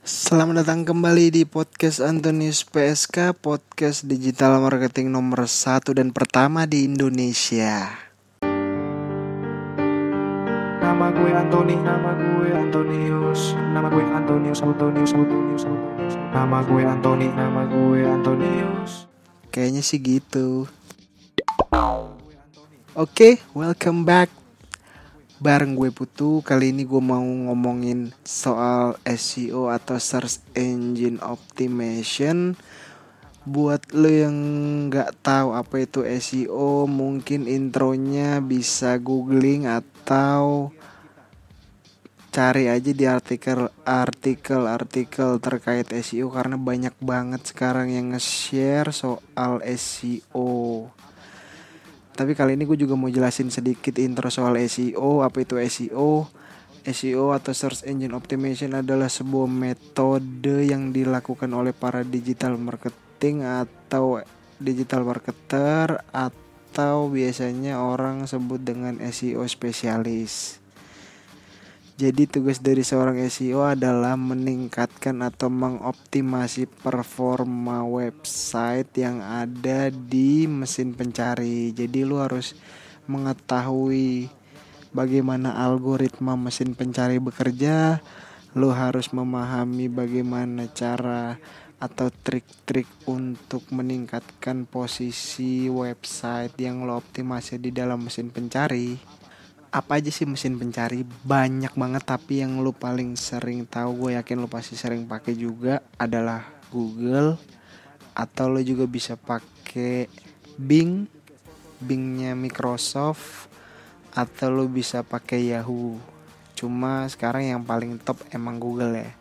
Selamat datang kembali di podcast Antonius PSK, podcast digital marketing nomor 1 dan pertama di Indonesia. Nama gue Antoni, nama gue Antonius, nama gue Antonius. Nama gue Antoni, nama gue Antonius. Kayaknya sih gitu. Oke, welcome back. Bareng gue Putu. Kali ini gue mau ngomongin soal SEO atau Search Engine Optimization. Buat lo yang gak tahu apa itu SEO, mungkin intronya bisa googling atau cari aja di artikel terkait SEO, karena banyak banget sekarang yang nge-share soal SEO. Tapi kali ini gue juga mau jelasin sedikit intro soal SEO. Apa itu SEO? SEO atau Search Engine Optimization adalah sebuah metode yang dilakukan oleh para digital marketing atau digital marketer, atau biasanya orang sebut dengan SEO spesialis. Jadi tugas dari seorang SEO adalah meningkatkan atau mengoptimasi performa website yang ada di mesin pencari. Jadi lu harus mengetahui bagaimana algoritma mesin pencari bekerja. Lu harus memahami bagaimana cara atau trik-trik untuk meningkatkan posisi website yang lo optimasi di dalam mesin pencari. Apa aja sih mesin pencari? Banyak banget, tapi yang lu paling sering tahu, gue yakin lu pasti sering pakai juga, adalah Google. Atau lu juga bisa pakai Bingnya Microsoft, atau lu bisa pakai Yahoo. Cuma sekarang yang paling top emang Google ya.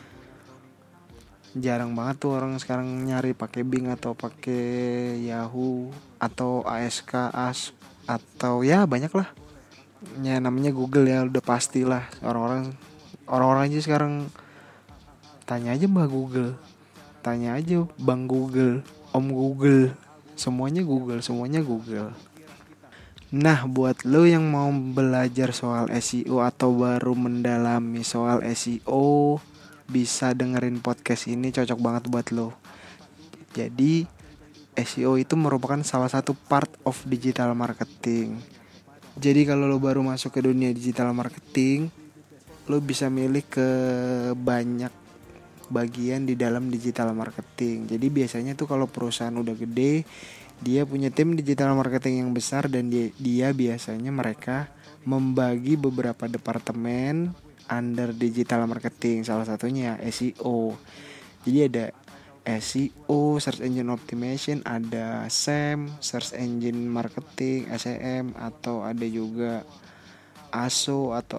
Jarang banget tuh orang sekarang nyari pakai Bing atau pakai Yahoo atau ASK, atau ya banyak lah. Ya namanya Google ya, udah pastilah orang-orang aja sekarang tanya aja Mbak Google, tanya aja Bang Google, Om Google, semuanya Google. Nah, buat lo yang mau belajar soal SEO atau baru mendalami soal SEO, bisa dengerin podcast ini, cocok banget buat lo. Jadi SEO itu merupakan salah satu part of digital marketing. Jadi kalau lo baru masuk ke dunia digital marketing, lo bisa milih ke banyak bagian di dalam digital marketing. Jadi biasanya tuh kalau perusahaan udah gede, dia punya tim digital marketing yang besar, dan dia biasanya mereka membagi beberapa departemen under digital marketing. Salah satunya SEO. Jadi ada SEO, Search Engine Optimization, ada SEM, Search Engine Marketing, SEM, atau ada juga ASO atau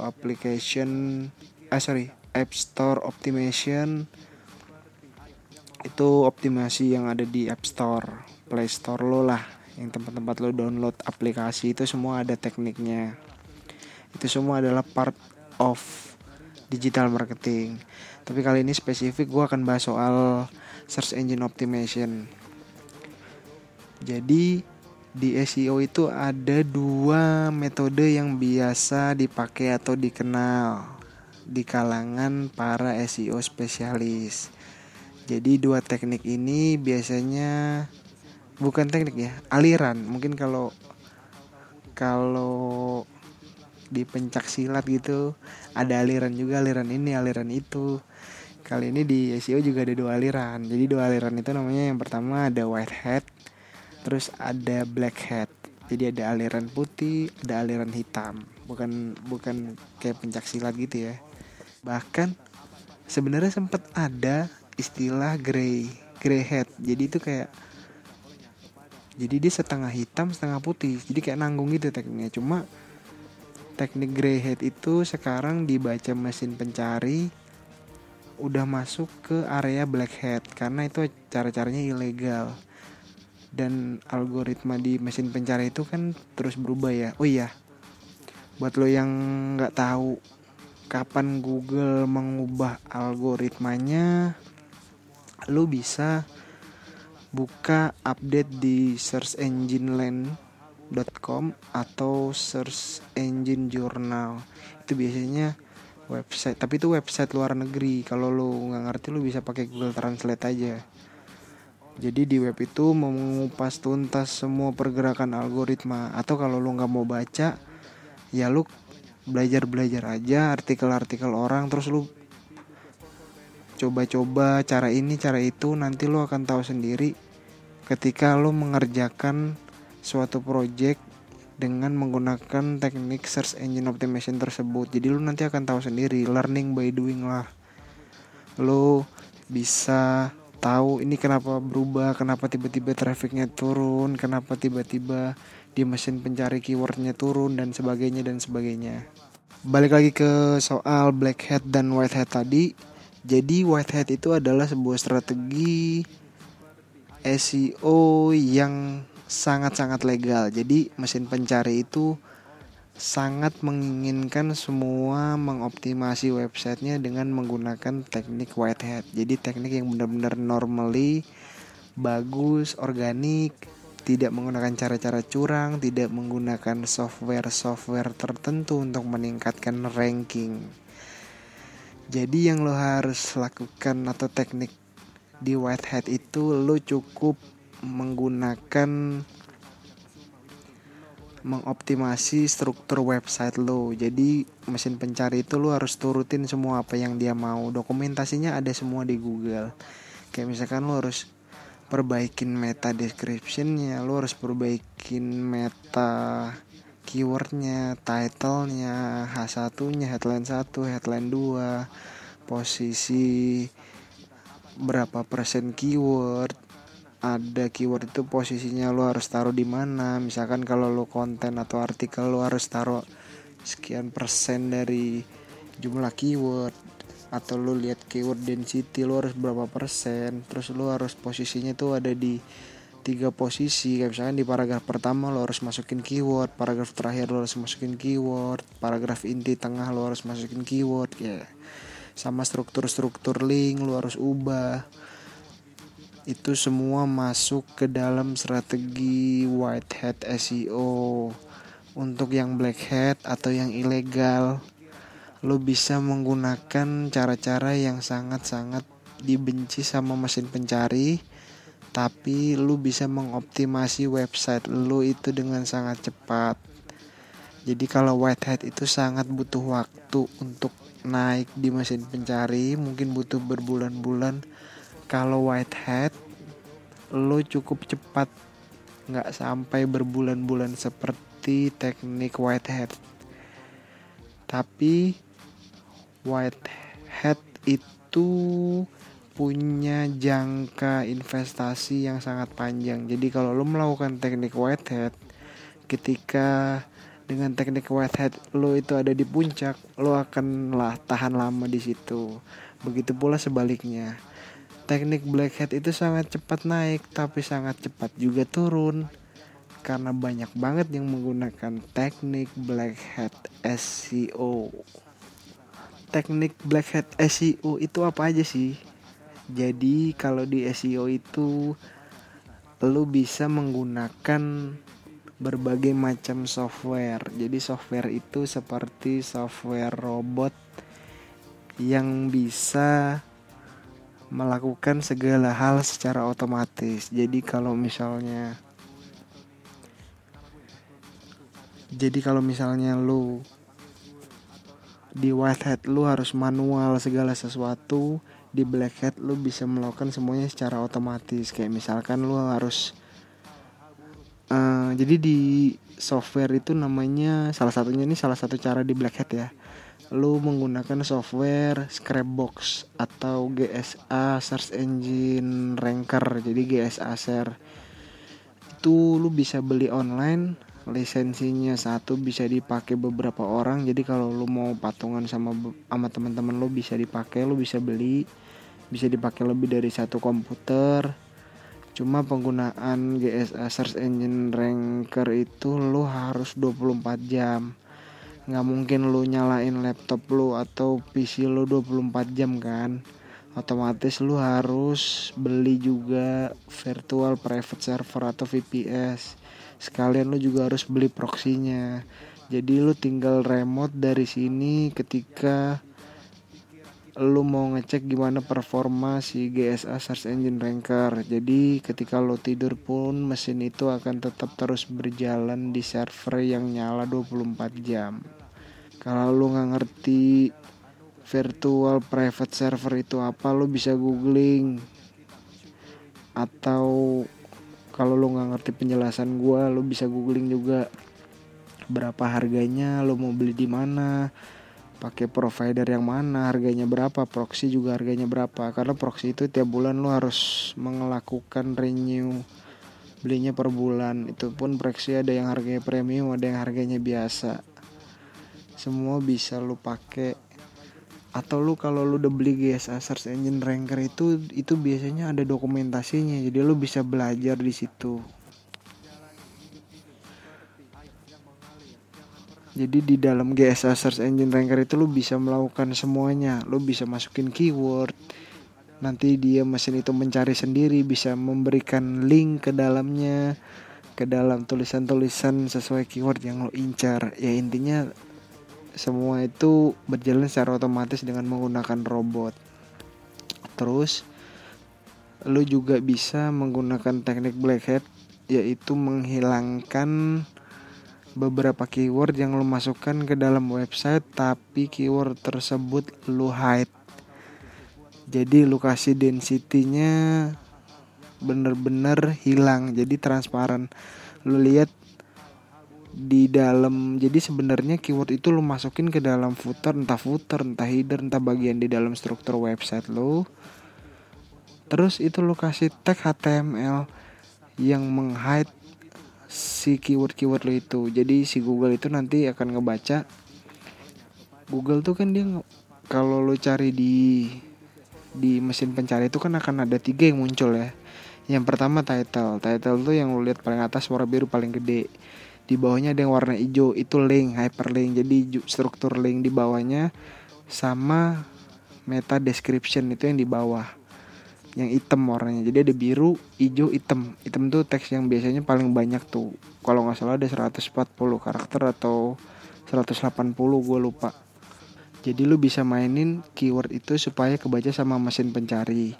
App Store Optimization. Itu optimasi yang ada di App Store, Play Store lo lah, yang tempat-tempat lo download aplikasi, itu semua ada tekniknya. Itu semua adalah part of digital marketing. Tapi kali ini spesifik gue akan bahas soal Search Engine Optimization. Jadi di SEO itu ada dua metode yang biasa dipakai atau dikenal di kalangan para SEO spesialis. Jadi dua teknik ini biasanya bukan teknik ya, aliran. Mungkin kalau di pencak silat gitu ada aliran juga, aliran ini, aliran itu. Kali ini di SEO juga ada dua aliran. Jadi dua aliran itu namanya, yang pertama ada white hat, terus ada black hat. Jadi ada aliran putih, ada aliran hitam. Bukan kayak pencak silat gitu ya. Bahkan sebenarnya sempat ada istilah gray hat. Jadi itu kayak, jadi dia setengah hitam setengah putih. Jadi kayak nanggung gitu tekniknya. Cuma teknik gray hat itu sekarang dibaca mesin pencari udah masuk ke area black hat, karena itu cara-caranya ilegal. Dan algoritma di mesin pencari itu kan terus berubah ya. Oh iya, buat lo yang nggak tahu kapan Google mengubah algoritmanya, lo bisa buka update di searchengineland.com atau Search Engine Journal. Itu biasanya website, tapi itu website luar negeri. Kalau lu nggak ngerti lu bisa pakai Google Translate aja. Jadi di web itu mengupas tuntas semua pergerakan algoritma. Atau kalau lu nggak mau baca, ya lu belajar aja artikel-artikel orang, terus lu coba-coba cara ini cara itu, nanti lu akan tahu sendiri ketika lu mengerjakan suatu project dengan menggunakan teknik search engine optimization tersebut. Jadi lu nanti akan tahu sendiri, learning by doing lah. Lu bisa tahu ini kenapa berubah, kenapa tiba-tiba trafficnya turun, kenapa tiba-tiba di mesin pencari keywordnya turun, dan sebagainya dan sebagainya. Balik lagi ke soal black hat dan white hat tadi. Jadi white hat itu adalah sebuah strategi SEO yang sangat-sangat legal. Jadi mesin pencari itu sangat menginginkan semua mengoptimasi websitenya dengan menggunakan teknik white hat. Jadi teknik yang benar-benar normally bagus, organik, tidak menggunakan cara-cara curang, tidak menggunakan software tertentu untuk meningkatkan ranking. Jadi yang lo harus lakukan atau teknik di white hat itu, lo cukup menggunakan mengoptimasi struktur website lo. Jadi mesin pencari itu lo harus turutin semua apa yang dia mau. Dokumentasinya ada semua di Google. Kayak misalkan lo harus perbaikin meta descriptionnya, lo harus perbaikin meta keywordnya, titlenya, H1-nya, headline 1, headline 2, posisi berapa persen keyword, ada keyword itu posisinya lo harus taruh di mana. Misalkan kalau lo konten atau artikel lo harus taruh sekian persen dari jumlah keyword, atau lo lihat keyword density lo harus berapa persen. Terus lo harus posisinya tuh ada di 3 posisi. Kayak misalkan di paragraf pertama lo harus masukin keyword, paragraf terakhir lo harus masukin keyword, paragraf inti tengah lo harus masukin keyword ya. Sama struktur link lo harus ubah. Itu semua masuk ke dalam strategi white hat SEO. Untuk yang black hat atau yang ilegal, lo bisa menggunakan cara-cara yang sangat-sangat dibenci sama mesin pencari, tapi lo bisa mengoptimasi website lo itu dengan sangat cepat. Jadi kalau white hat itu sangat butuh waktu untuk naik di mesin pencari, mungkin butuh berbulan-bulan. Kalau white hat lo cukup cepat, gak sampai berbulan-bulan seperti teknik white hat. Tapi white hat itu punya jangka investasi yang sangat panjang. Jadi kalau lo melakukan teknik white hat, ketika dengan teknik white hat lo itu ada di puncak, lo akan tahan lama di situ. Begitu pula sebaliknya. Teknik black hat itu sangat cepat naik, tapi sangat cepat juga turun, karena banyak banget yang menggunakan teknik black hat SEO. Teknik black hat SEO itu apa aja sih? Jadi kalau di SEO itu lo bisa menggunakan berbagai macam software. Jadi software itu seperti software robot yang bisa melakukan segala hal secara otomatis. Jadi kalau misalnya lo di white hat lu harus manual segala sesuatu, di black hat lu bisa melakukan semuanya secara otomatis. Kayak misalkan lu harus jadi di software itu namanya, salah satu cara di black hat ya, lu menggunakan software Scrapbox atau GSA Search Engine Ranker. Jadi GSA Share itu lu bisa beli online, lisensinya satu bisa dipakai beberapa orang. Jadi kalau lu mau patungan sama teman-teman lu bisa dipakai, lu bisa beli, bisa dipakai lebih dari satu komputer. Cuma penggunaan GSA Search Engine Ranker itu lu harus 24 jam. Nggak mungkin lu nyalain laptop lu atau PC lu 24 jam kan. Otomatis lu harus beli juga virtual private server atau VPS. Sekalian lu juga harus beli proxy-nya. Jadi lu tinggal remote dari sini ketika lu mau ngecek gimana performa si GSA Search Engine Ranker. Jadi ketika lu tidur pun mesin itu akan tetap terus berjalan di server yang nyala 24 jam. Kalau lu nggak ngerti virtual private server itu apa, lu bisa googling. Atau kalau lu nggak ngerti penjelasan gua, lu bisa googling juga berapa harganya, lu mau beli di mana, pakai provider yang mana, harganya berapa, proxy juga harganya berapa. Karena proxy itu tiap bulan lu harus melakukan renew, belinya per bulan. Itu pun proxy ada yang harganya premium, ada yang harganya biasa. Semua bisa lu pakai. Atau lu kalau lu udah beli GSA Search Engine Ranker itu biasanya ada dokumentasinya, jadi lu bisa belajar di situ. Jadi di dalam GSA Search Engine Ranker itu lu bisa melakukan semuanya. Lu bisa masukin keyword, nanti dia mesin itu mencari sendiri, bisa memberikan link ke dalamnya, ke dalam tulisan-tulisan sesuai keyword yang lo incar. Ya intinya semua itu berjalan secara otomatis dengan menggunakan robot. Terus lu juga bisa menggunakan teknik black hat, yaitu menghilangkan beberapa keyword yang lu masukkan ke dalam website tapi keyword tersebut lu hide. Jadi lu kasih density-nya bener-bener hilang, jadi transparan. Lu lihat di dalam, jadi sebenarnya keyword itu lu masukin ke dalam footer, entah header, entah bagian di dalam struktur website lu. Terus itu lu kasih tag HTML yang meng-hide si keyword-keyword lu itu. Jadi si Google itu nanti akan ngebaca. Google tuh kan dia kalau lu cari di mesin pencari itu kan akan ada 3 yang muncul ya. Yang pertama title tuh yang lu lihat paling atas warna biru paling gede. Di bawahnya ada yang warna hijau, itu link, hyperlink. Jadi struktur link di bawahnya sama meta description itu yang di bawah, yang hitam warnanya. Jadi ada biru, hijau, hitam. Hitam tuh teks yang biasanya paling banyak tuh. Kalau nggak salah ada 140 karakter atau 180, gue lupa. Jadi lu bisa mainin keyword itu supaya kebaca sama mesin pencari.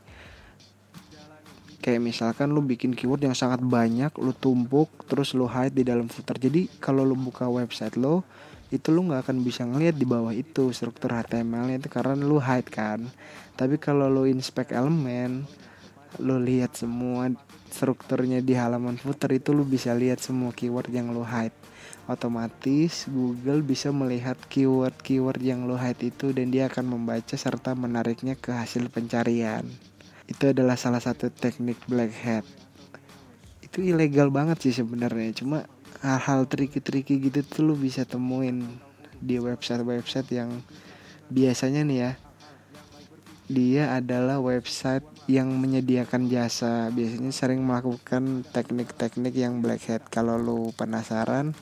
Kayak misalkan lu bikin keyword yang sangat banyak, lu tumpuk, terus lu hide di dalam footer. Jadi kalau lu buka website lo, itu lu gak akan bisa ngeliat di bawah itu struktur HTML-nya itu karena lu hide kan. Tapi kalau lu inspect elemen, lu lihat semua strukturnya di halaman footer, itu lu bisa lihat semua keyword yang lu hide. Otomatis Google bisa melihat keyword-keyword yang lu hide itu dan dia akan membaca serta menariknya ke hasil pencarian. Itu adalah salah satu teknik black hat. Itu ilegal banget sih sebenarnya, cuma hal-hal triki-triki gitu tuh lu bisa temuin di website-website yang biasanya nih ya, dia adalah website yang menyediakan jasa. Biasanya sering melakukan teknik-teknik yang black hat. Kalau lu penasaran,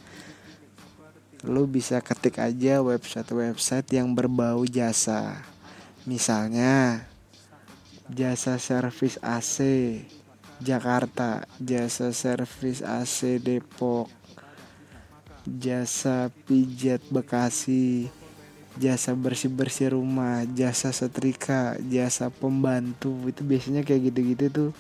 lu bisa ketik aja website-website yang berbau jasa. Misalnya jasa servis AC Jakarta, jasa servis AC Depok, jasa pijat Bekasi, jasa bersih-bersih rumah, jasa setrika, jasa pembantu. Itu biasanya kayak gitu-gitu tuh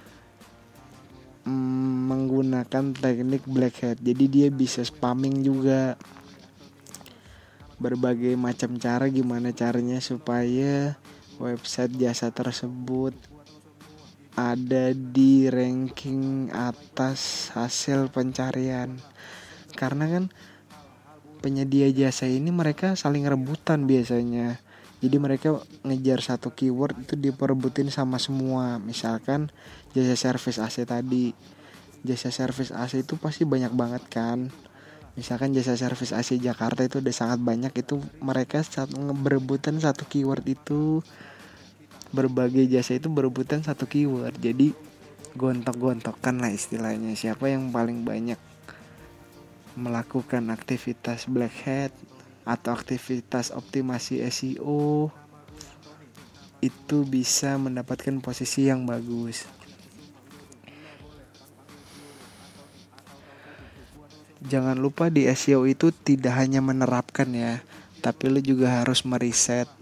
menggunakan teknik black hat. Jadi dia bisa spamming juga. Berbagai macam cara gimana caranya supaya website jasa tersebut ada di ranking atas hasil pencarian. Karena kan penyedia jasa ini mereka saling rebutan biasanya. Jadi mereka ngejar satu keyword itu diperebutin sama semua. Misalkan jasa servis AC tadi, jasa servis AC itu pasti banyak banget kan. Misalkan jasa servis AC Jakarta itu udah sangat banyak, itu mereka berebutan satu keyword itu. Berbagai jasa itu berebutan satu keyword. Jadi gontok-gontokan lah istilahnya, siapa yang paling banyak melakukan aktivitas black hat atau aktivitas optimasi SEO itu bisa mendapatkan posisi yang bagus. Jangan lupa di SEO itu tidak hanya menerapkan ya, tapi lu juga harus meriset.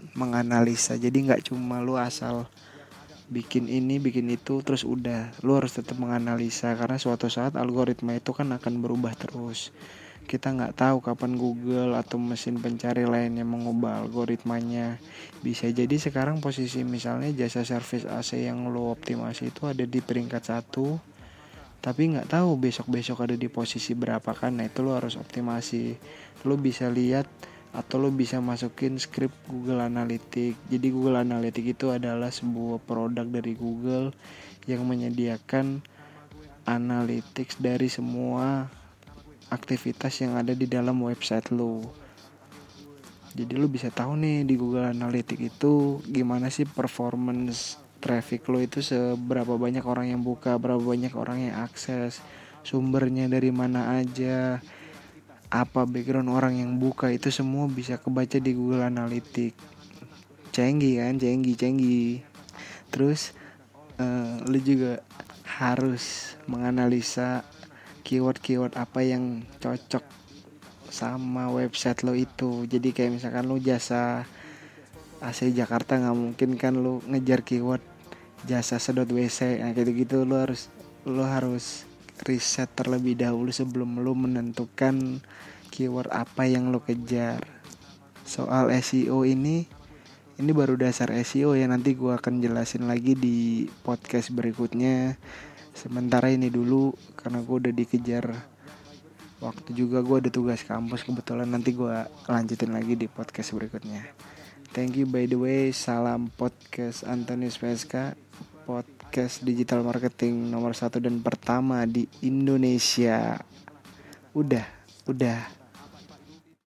menganalisa. Jadi nggak cuma lu asal bikin ini bikin itu terus udah. Lu harus tetap menganalisa, karena suatu saat algoritma itu kan akan berubah terus. Kita nggak tahu kapan Google atau mesin pencari lainnya mengubah algoritmanya. Bisa jadi sekarang posisi misalnya jasa servis AC yang lo optimasi itu ada di peringkat 1, tapi nggak tahu besok-besok ada di posisi berapa kan. Nah itu lo harus optimasi. Lo bisa lihat atau lo bisa masukin script Google Analytics. Jadi Google Analytics itu adalah sebuah produk dari Google yang menyediakan analytics dari semua aktivitas yang ada di dalam website lo. Jadi lo bisa tahu nih di Google Analytics itu gimana sih performance traffic lo itu, seberapa banyak orang yang buka, berapa banyak orang yang akses, sumbernya dari mana aja, apa background orang yang buka, itu semua bisa kebaca di Google Analytics. Canggih kan, canggih. Terus lo juga harus menganalisa keyword apa yang cocok sama website lo itu. Jadi kayak misalkan lo jasa AC Jakarta, nggak mungkin kan lo ngejar keyword jasa sedot WC. Nah kayak gitu lo harus riset terlebih dahulu sebelum lo menentukan keyword apa yang lo kejar. Soal SEO ini baru dasar SEO ya, nanti gue akan jelasin lagi di podcast berikutnya. Sementara ini dulu karena gue udah dikejar waktu juga, gue ada tugas kampus kebetulan, nanti gue lanjutin lagi di podcast berikutnya. Thank you by the way. Salam podcast Antonius PSK, podcast digital marketing nomor 1 dan pertama di Indonesia. Udah